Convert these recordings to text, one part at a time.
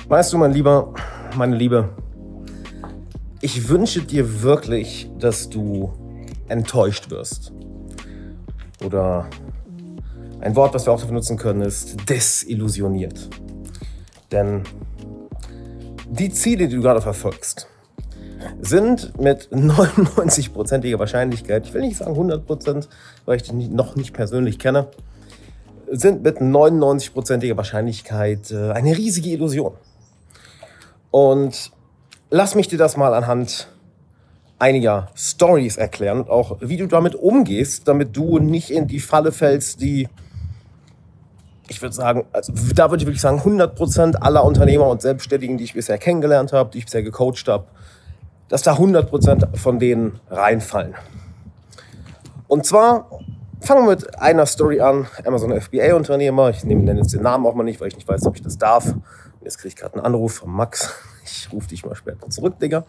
Weißt du, mein Lieber, meine Liebe, ich wünsche dir wirklich, dass du enttäuscht wirst. Oder ein Wort, was wir auch dafür nutzen können, ist desillusioniert. Denn die Ziele, die du gerade verfolgst, sind mit 99%iger Wahrscheinlichkeit, ich will nicht sagen 100%, weil ich dich noch nicht persönlich kenne, sind mit 99%iger Wahrscheinlichkeit eine riesige Illusion. Und lass mich dir das mal anhand einiger Stories erklären und auch, wie du damit umgehst, damit du nicht in die Falle fällst, die, ich würde sagen, also da würde ich wirklich sagen, 100% aller Unternehmer und Selbstständigen, die ich bisher kennengelernt habe, die ich bisher gecoacht habe, dass da 100% von denen reinfallen. Und zwar fangen wir mit einer Story an. Amazon FBA-Unternehmer, ich nenne jetzt den Namen auch mal nicht, weil ich nicht weiß, ob ich das darf. Jetzt kriege ich gerade einen Anruf von Max. Ich rufe dich mal später zurück, Digga.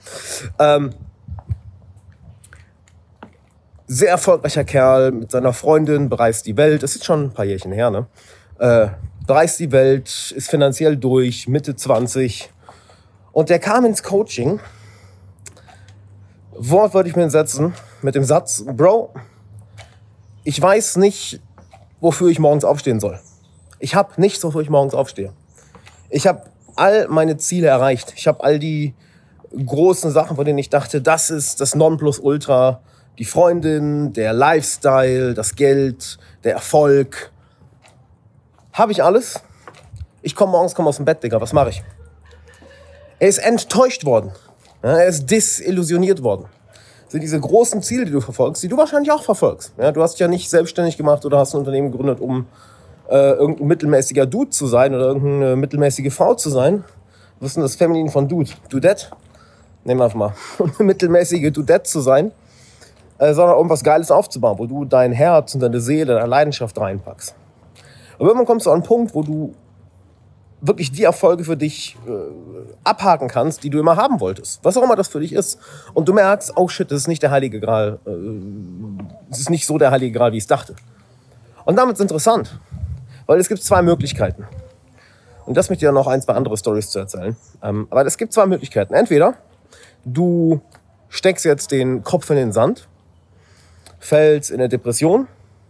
Sehr erfolgreicher Kerl mit seiner Freundin, bereist die Welt. Das ist schon ein paar Jährchen her, ne? Bereist die Welt, ist finanziell durch, Mitte 20. Und der kam ins Coaching, wortwörtlich mir setzen, mit dem Satz, Bro, ich weiß nicht, wofür ich morgens aufstehen soll. Ich habe nichts, wofür ich morgens aufstehe. Ich habe all meine Ziele erreicht. Ich habe all die großen Sachen, von denen ich dachte, das ist das Nonplusultra. Die Freundin, der Lifestyle, das Geld, der Erfolg. Habe ich alles? Ich komme morgens aus dem Bett, Digga. Was mache ich? Er ist enttäuscht worden. Ja, er ist desillusioniert worden. Das sind diese großen Ziele, die du verfolgst, die du wahrscheinlich auch verfolgst. Ja, du hast dich ja nicht selbstständig gemacht oder hast ein Unternehmen gegründet, um irgendein mittelmäßiger Dude zu sein oder irgendeine mittelmäßige Frau zu sein. Was ist denn das Feminin von Dude? Dudette? Nehmen wir einfach mal. Eine mittelmäßige Dudette zu sein, sondern um was Geiles aufzubauen, wo du dein Herz und deine Seele, deine Leidenschaft reinpackst. Und irgendwann kommst du an einen Punkt, wo du wirklich die Erfolge für dich abhaken kannst, die du immer haben wolltest. Was auch immer das für dich ist. Und du merkst, oh shit, das ist nicht der Heilige Gral. Das ist nicht so der Heilige Gral, wie ich es dachte. Und damit ist es interessant. Weil es gibt zwei Möglichkeiten. Und das möchte ich dir noch ein, zwei andere Storys zu erzählen. Aber es gibt zwei Möglichkeiten. Entweder du steckst jetzt den Kopf in den Sand, fällst in eine Depression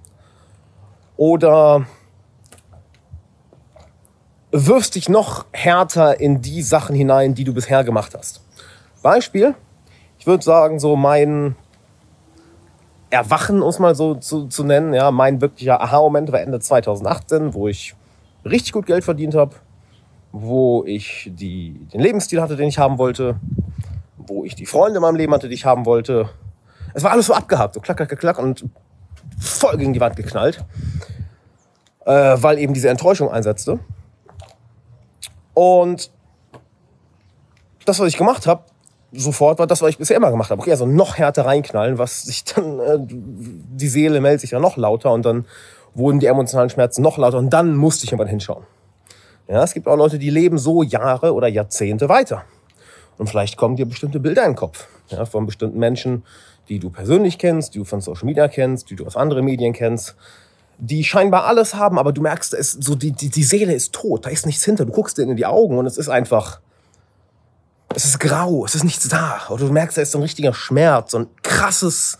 oder wirfst dich noch härter in die Sachen hinein, die du bisher gemacht hast. Beispiel, ich würde sagen, so mein Erwachen, um es mal so zu nennen, ja, mein wirklicher Aha-Moment war Ende 2018, wo ich richtig gut Geld verdient habe, wo ich den Lebensstil hatte, den ich haben wollte, wo ich die Freunde in meinem Leben hatte, die ich haben wollte. Es war alles so abgehakt, so klack, klack, klack und voll gegen die Wand geknallt, weil eben diese Enttäuschung einsetzte. Und das, was ich gemacht habe, sofort war das, was ich bisher immer gemacht habe. Okay, also noch härter reinknallen, was sich dann, die Seele meldet sich ja noch lauter und dann wurden die emotionalen Schmerzen noch lauter und dann musste ich irgendwann hinschauen. Ja, es gibt auch Leute, die leben so Jahre oder Jahrzehnte weiter. Und vielleicht kommen dir bestimmte Bilder in den Kopf, ja, von bestimmten Menschen, die du persönlich kennst, die du von Social Media kennst, die du aus anderen Medien kennst, die scheinbar alles haben, aber du merkst, die Seele ist tot, da ist nichts hinter. Du guckst denen in die Augen und es ist einfach, es ist grau, es ist nichts da. Oder du merkst, da ist so ein richtiger Schmerz, so ein krasses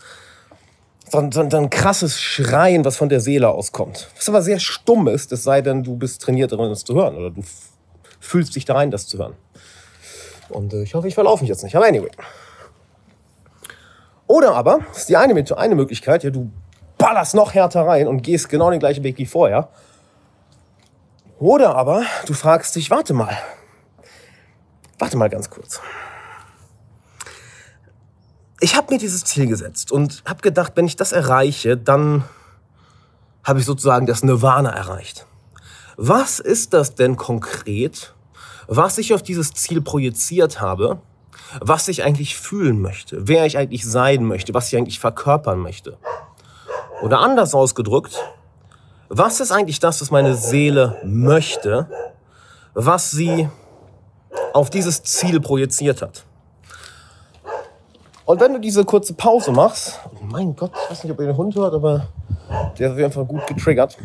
Schreien, was von der Seele auskommt. Was aber sehr stumm ist, es sei denn, du bist trainiert darin, das zu hören. Oder du fühlst dich da rein, das zu hören. Und ich hoffe, ich verlaufe mich jetzt nicht. Aber anyway. Oder aber, das ist die eine Möglichkeit, ja, du ballerst noch härter rein und gehst genau den gleichen Weg wie vorher. Oder aber, du fragst dich, warte mal ganz kurz. Ich habe mir dieses Ziel gesetzt und habe gedacht, wenn ich das erreiche, dann habe ich sozusagen das Nirvana erreicht. Was ist das denn konkret, was ich auf dieses Ziel projiziert habe, was ich eigentlich fühlen möchte, wer ich eigentlich sein möchte, was ich eigentlich verkörpern möchte? Oder anders ausgedrückt, was ist eigentlich das, was meine Seele möchte, was sie auf dieses Ziel projiziert hat? Und wenn du diese kurze Pause machst, oh mein Gott, ich weiß nicht, ob ihr den Hund hört, aber der ist auf jeden Fall gut getriggert.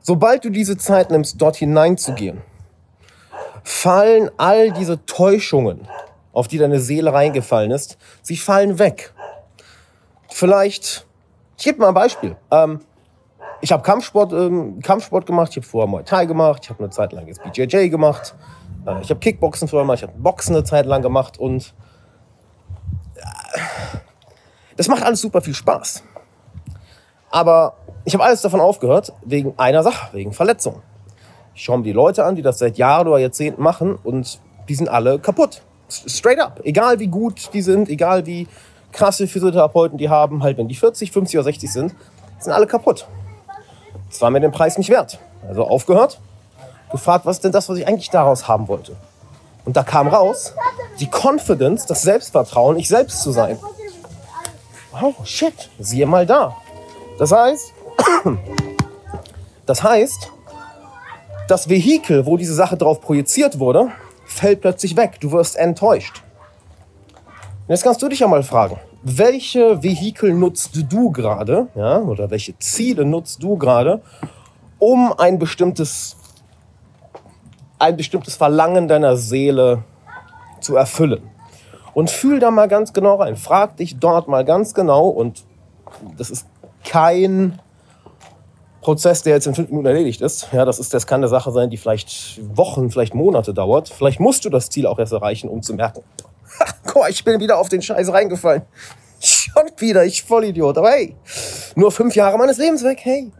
Sobald du diese Zeit nimmst, dort hineinzugehen, fallen all diese Täuschungen, auf die deine Seele reingefallen ist, sie fallen weg. Vielleicht, ich gebe mal ein Beispiel. Ich habe Kampfsport gemacht, ich habe vorher Muay Thai gemacht, ich habe eine Zeit lang jetzt BJJ gemacht, ich habe Kickboxen vorher gemacht, ich habe Boxen eine Zeit lang gemacht und das macht alles super viel Spaß. Aber ich habe alles davon aufgehört, wegen einer Sache, wegen Verletzungen. Ich schaue mir die Leute an, die das seit Jahren oder Jahrzehnten machen und die sind alle kaputt. Straight up. Egal wie gut die sind, egal wie krasse Physiotherapeuten die haben, halt wenn die 40, 50 oder 60 sind alle kaputt. Das war mir den Preis nicht wert. Also aufgehört, gefragt, was ist denn das, was ich eigentlich daraus haben wollte. Und da kam raus, die Confidence, das Selbstvertrauen, ich selbst zu sein. Oh shit, siehe mal da. Das heißt, das Vehikel, wo diese Sache drauf projiziert wurde, fällt plötzlich weg. Du wirst enttäuscht. Und jetzt kannst du dich ja mal fragen, welche Vehikel nutzt du gerade, ja, oder welche Ziele nutzt du gerade, um ein bestimmtes Verlangen deiner Seele zu erfüllen? Und fühl da mal ganz genau rein. Frag dich dort mal ganz genau. Und das ist kein Prozess, der jetzt in 5 Minuten erledigt ist. Ja, das kann eine Sache sein, die vielleicht Wochen, vielleicht Monate dauert. Vielleicht musst du das Ziel auch erst erreichen, um zu merken, ich bin wieder auf den Scheiß reingefallen. Schon wieder, ich Vollidiot. Aber hey, nur 5 Jahre meines Lebens weg, hey.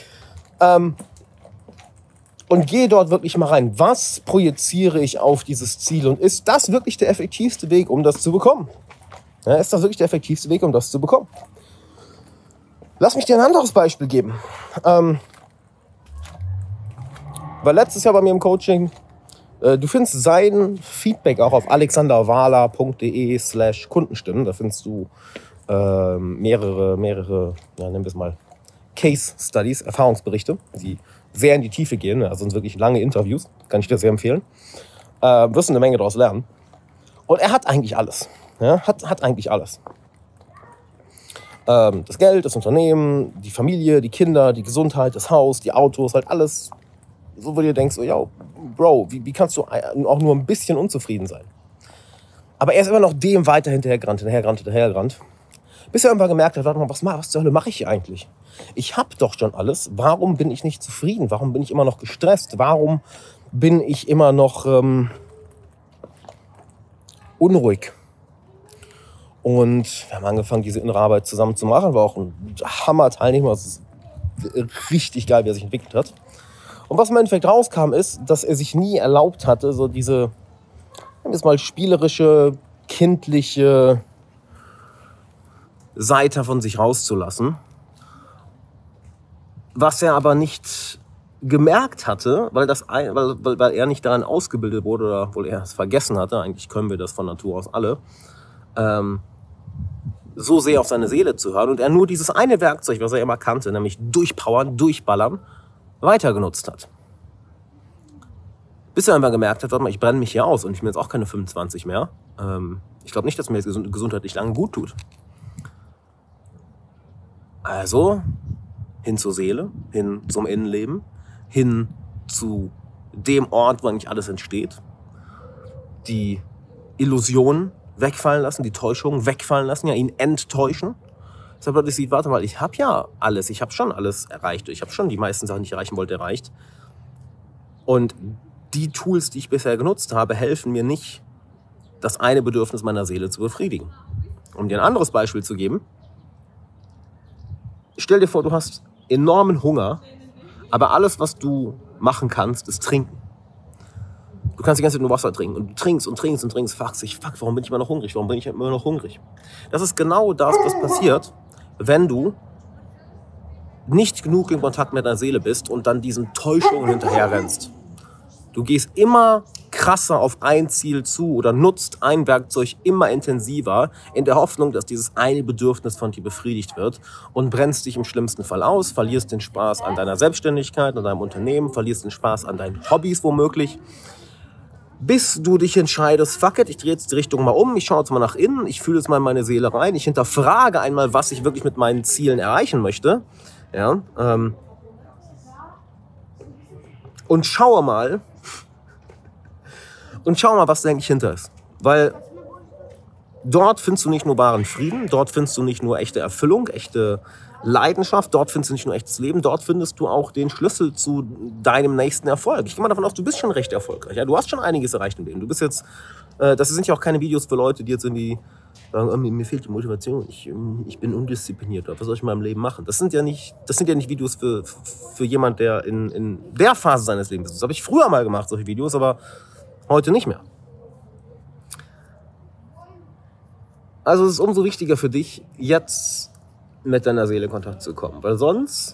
Und geh dort wirklich mal rein. Was projiziere ich auf dieses Ziel? Und ist das wirklich der effektivste Weg, um das zu bekommen? Ja, ist das wirklich der effektivste Weg, um das zu bekommen? Lass mich dir ein anderes Beispiel geben. Weil letztes Jahr bei mir im Coaching, du findest sein Feedback auch auf alexanderwala.de/Kundenstimmen. Da findest du mehrere, ja, nennen wir es mal, Case Studies, Erfahrungsberichte, die sehr in die Tiefe gehen. Also sind wirklich lange Interviews, kann ich dir sehr empfehlen. Wirst du eine Menge daraus lernen. Und er hat eigentlich alles. Ja, hat eigentlich alles. Das Geld, das Unternehmen, die Familie, die Kinder, die Gesundheit, das Haus, die Autos, halt alles. So, wo du dir denkst, so, yo, Bro, wie kannst du auch nur ein bisschen unzufrieden sein? Aber er ist immer noch dem weiter hinterhergerannt. Bis er irgendwann gemerkt hat, warte mal, was zur Hölle mache ich hier eigentlich? Ich habe doch schon alles. Warum bin ich nicht zufrieden? Warum bin ich immer noch gestresst? Warum bin ich immer noch unruhig? Und wir haben angefangen, diese innere Arbeit zusammen zu machen. War auch ein Hammer-Teilnehmer. Es ist richtig geil, wie er sich entwickelt hat. Und was im Endeffekt rauskam, ist, dass er sich nie erlaubt hatte, so diese, nennen wir es mal, spielerische, kindliche Seite von sich rauszulassen. Was er aber nicht gemerkt hatte, weil er nicht daran ausgebildet wurde oder obwohl er es vergessen hatte, eigentlich können wir das von Natur aus alle, so sehr auf seine Seele zu hören und er nur dieses eine Werkzeug, was er immer kannte, nämlich durchpowern, durchballern, weiter genutzt hat. Bis er einfach gemerkt hat, warte mal, ich brenne mich hier aus und ich bin jetzt auch keine 25 mehr. Ich glaube nicht, dass mir jetzt gesundheitlich lange gut tut. Also hin zur Seele, hin zum Innenleben, hin zu dem Ort, wo eigentlich alles entsteht. Die Illusionen wegfallen lassen, die Täuschungen wegfallen lassen, ja, ihn enttäuschen. Deshalb Leute sieht, warte mal, ich habe ja alles, ich habe schon alles erreicht, ich habe schon die meisten Sachen, die ich erreichen wollte, erreicht. Und die Tools, die ich bisher genutzt habe, helfen mir nicht, das eine Bedürfnis meiner Seele zu befriedigen. Um dir ein anderes Beispiel zu geben, stell dir vor, du hast enormen Hunger, aber alles, was du machen kannst, ist trinken. Du kannst die ganze Zeit nur Wasser trinken und du trinkst und trinkst und trinkst, fragst dich, fuck, warum bin ich immer noch hungrig? Warum bin ich immer noch hungrig? Das ist genau das, was passiert, wenn du nicht genug in Kontakt mit deiner Seele bist und dann diesen Täuschungen hinterher rennst. Du gehst immer krasser auf ein Ziel zu oder nutzt ein Werkzeug immer intensiver in der Hoffnung, dass dieses eine Bedürfnis von dir befriedigt wird und brennst dich im schlimmsten Fall aus, verlierst den Spaß an deiner Selbstständigkeit, an deinem Unternehmen, verlierst den Spaß an deinen Hobbys womöglich, bis du dich entscheidest, fuck it, ich drehe jetzt die Richtung mal um, ich schaue jetzt mal nach innen, ich fühle jetzt mal in meine Seele rein, ich hinterfrage einmal, was ich wirklich mit meinen Zielen erreichen möchte. Ja, und schaue mal, was da eigentlich hinter ist. Weil dort findest du nicht nur wahren Frieden, dort findest du nicht nur echte Erfüllung, echte Leidenschaft, dort findest du nicht nur echtes Leben, dort findest du auch den Schlüssel zu deinem nächsten Erfolg. Ich gehe mal davon aus, du bist schon recht erfolgreich. Ja? Du hast schon einiges erreicht im Leben. Du bist jetzt, das sind ja auch keine Videos für Leute, die jetzt irgendwie sagen, oh, mir fehlt die Motivation, ich bin undiszipliniert, was soll ich in meinem Leben machen? Das sind ja nicht Videos für jemand, der in der Phase seines Lebens ist. Das habe ich früher mal gemacht, solche Videos, aber heute nicht mehr. Also es ist umso wichtiger für dich, jetzt mit deiner Seele in Kontakt zu kommen. Weil sonst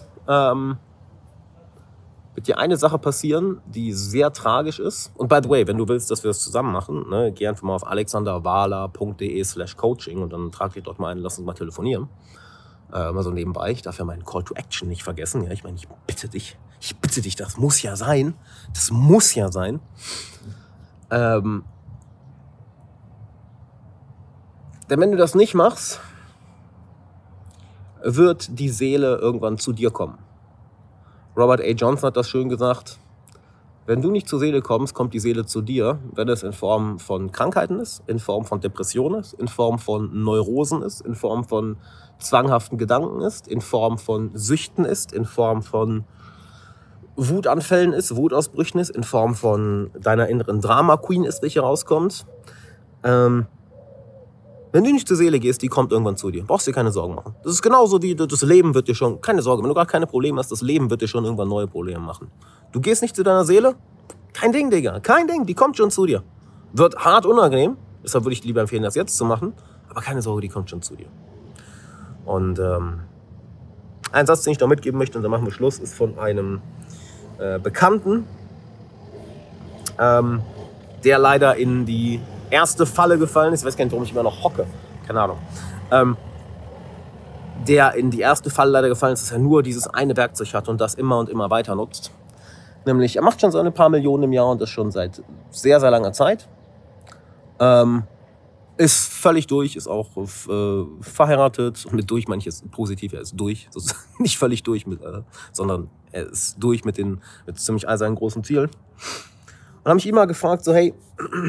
wird dir eine Sache passieren, die sehr tragisch ist. Und by the way, wenn du willst, dass wir das zusammen machen, ne, geh einfach mal auf alexanderwahler.de/coaching und dann trag dich dort mal ein, lass uns mal telefonieren. Mal so nebenbei. Ich darf ja meinen Call to Action nicht vergessen. Ja, ich meine, ich bitte dich, das muss ja sein. Das muss ja sein. Denn wenn du das nicht machst, wird die Seele irgendwann zu dir kommen. Robert A. Johnson hat das schön gesagt. Wenn du nicht zur Seele kommst, kommt die Seele zu dir, wenn es in Form von Krankheiten ist, in Form von Depressionen ist, in Form von Neurosen ist, in Form von zwanghaften Gedanken ist, in Form von Süchten ist, in Form von Wutanfällen ist, Wutausbrüchen ist, in Form von deiner inneren Drama Queen ist, welche rauskommt. Wenn du nicht zur Seele gehst, die kommt irgendwann zu dir. Brauchst dir keine Sorgen machen. Das ist genauso wie das Leben wird dir schon, keine Sorge, wenn du gar keine Probleme hast, das Leben wird dir schon irgendwann neue Probleme machen. Du gehst nicht zu deiner Seele, kein Ding, Digga, kein Ding, die kommt schon zu dir. Wird hart unangenehm, deshalb würde ich dir lieber empfehlen, das jetzt zu machen, aber keine Sorge, die kommt schon zu dir. Und ein Satz, den ich da mitgeben möchte, und dann machen wir Schluss, ist von einem Bekannten, der leider in die erste Falle gefallen ist. Ich weiß gar nicht, warum ich immer noch hocke. Keine Ahnung. Der in die erste Falle leider gefallen ist, dass er nur dieses eine Werkzeug hat und das immer und immer weiter nutzt. Nämlich, er macht schon so ein paar Millionen im Jahr und das schon seit sehr, sehr langer Zeit. Ist völlig durch, ist auch verheiratet. Und mit durch meine ich jetzt positiv, er ist durch. Nicht völlig durch, sondern er ist durch mit ziemlich all seinen großen Zielen. Und habe ich ihn mal gefragt, so hey,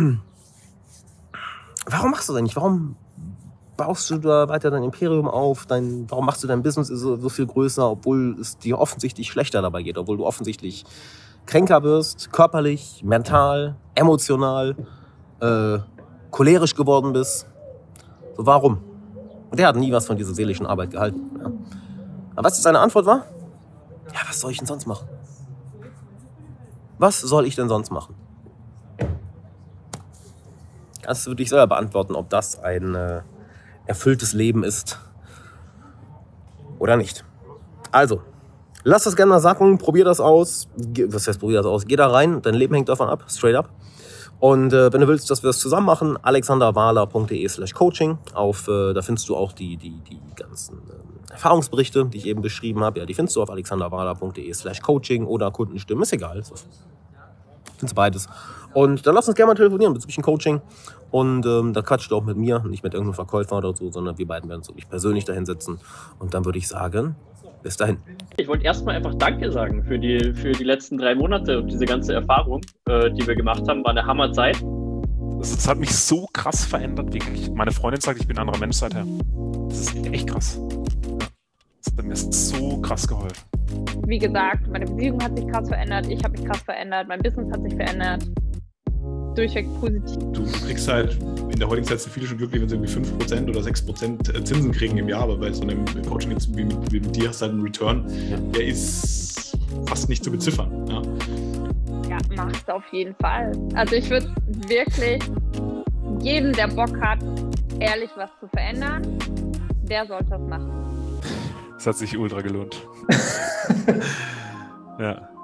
warum machst du das eigentlich? Warum baust du da weiter dein Imperium auf? Warum machst du dein Business so viel größer, obwohl es dir offensichtlich schlechter dabei geht? Obwohl du offensichtlich kränker wirst, körperlich, mental, emotional, cholerisch geworden bist. So, warum? Und der hat nie was von dieser seelischen Arbeit gehalten. Ja. Aber was seine Antwort war? Ja, was soll ich denn sonst machen? Was soll ich denn sonst machen? Kannst du dich selber beantworten, ob das ein erfülltes Leben ist oder nicht. Also, lass das gerne mal sacken, probier das aus. Was heißt, probier das aus? Geh da rein, dein Leben hängt davon ab, straight up. Und wenn du willst, dass wir das zusammen machen, alexanderwahler.de/coaching. Da findest du auch die ganzen Erfahrungsberichte, die ich eben beschrieben habe. Ja, die findest du auf alexanderwahler.de/coaching oder Kundenstimmen, ist egal. Findest beides. Und dann lass uns gerne mal telefonieren bezüglich ein Coaching. Und da quatschst du auch mit mir, nicht mit irgendeinem Verkäufer oder so, sondern wir beiden werden uns wirklich persönlich dahin setzen. Und dann würde ich sagen, bis dahin. Ich wollte erstmal einfach Danke sagen für die letzten 3 Monate und diese ganze Erfahrung, die wir gemacht haben. War eine Hammerzeit. Das hat mich so krass verändert, wirklich. Meine Freundin sagt, ich bin ein anderer Mensch seither. Das ist echt krass. Das hat mir so krass geholfen. Wie gesagt, meine Beziehung hat sich krass verändert, ich habe mich krass verändert, mein Business hat sich verändert. Durchweg positiv. Du kriegst halt, in der heutigen Zeit sind viele schon glücklich, wenn sie irgendwie 5% oder 6% Zinsen kriegen im Jahr, aber bei so einem Coaching jetzt wie mit dir hast du halt einen Return, der ist fast nicht zu beziffern. Ja, macht's auf jeden Fall. Also ich würde wirklich jedem, der Bock hat, ehrlich was zu verändern, der sollte das machen. Das hat sich ultra gelohnt. Ja.